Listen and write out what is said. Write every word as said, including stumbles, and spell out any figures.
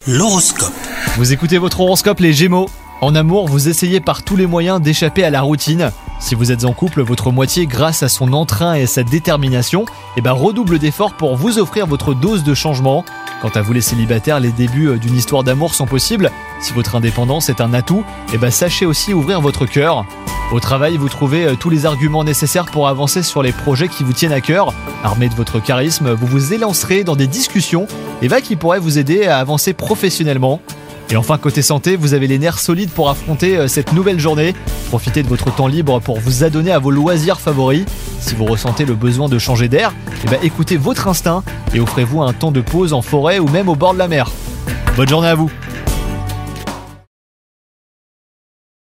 L'horoscope. Vous écoutez votre horoscope les Gémeaux. En amour, vous essayez par tous les moyens d'échapper à la routine. Si vous êtes en couple, votre moitié, grâce à son entrain et à sa détermination, eh ben, redouble d'efforts pour vous offrir votre dose de changement. Quant à vous les célibataires, les débuts d'une histoire d'amour sont possibles. Si votre indépendance est un atout, eh ben, sachez aussi ouvrir votre cœur. Au travail, vous trouvez tous les arguments nécessaires pour avancer sur les projets qui vous tiennent à cœur. Armé de votre charisme, vous vous élancerez dans des discussions et va qui pourraient vous aider à avancer professionnellement. Et enfin, côté santé, vous avez les nerfs solides pour affronter cette nouvelle journée. Profitez de votre temps libre pour vous adonner à vos loisirs favoris. Si vous ressentez le besoin de changer d'air, eh ben écoutez votre instinct et offrez-vous un temps de pause en forêt ou même au bord de la mer. Bonne journée à vous!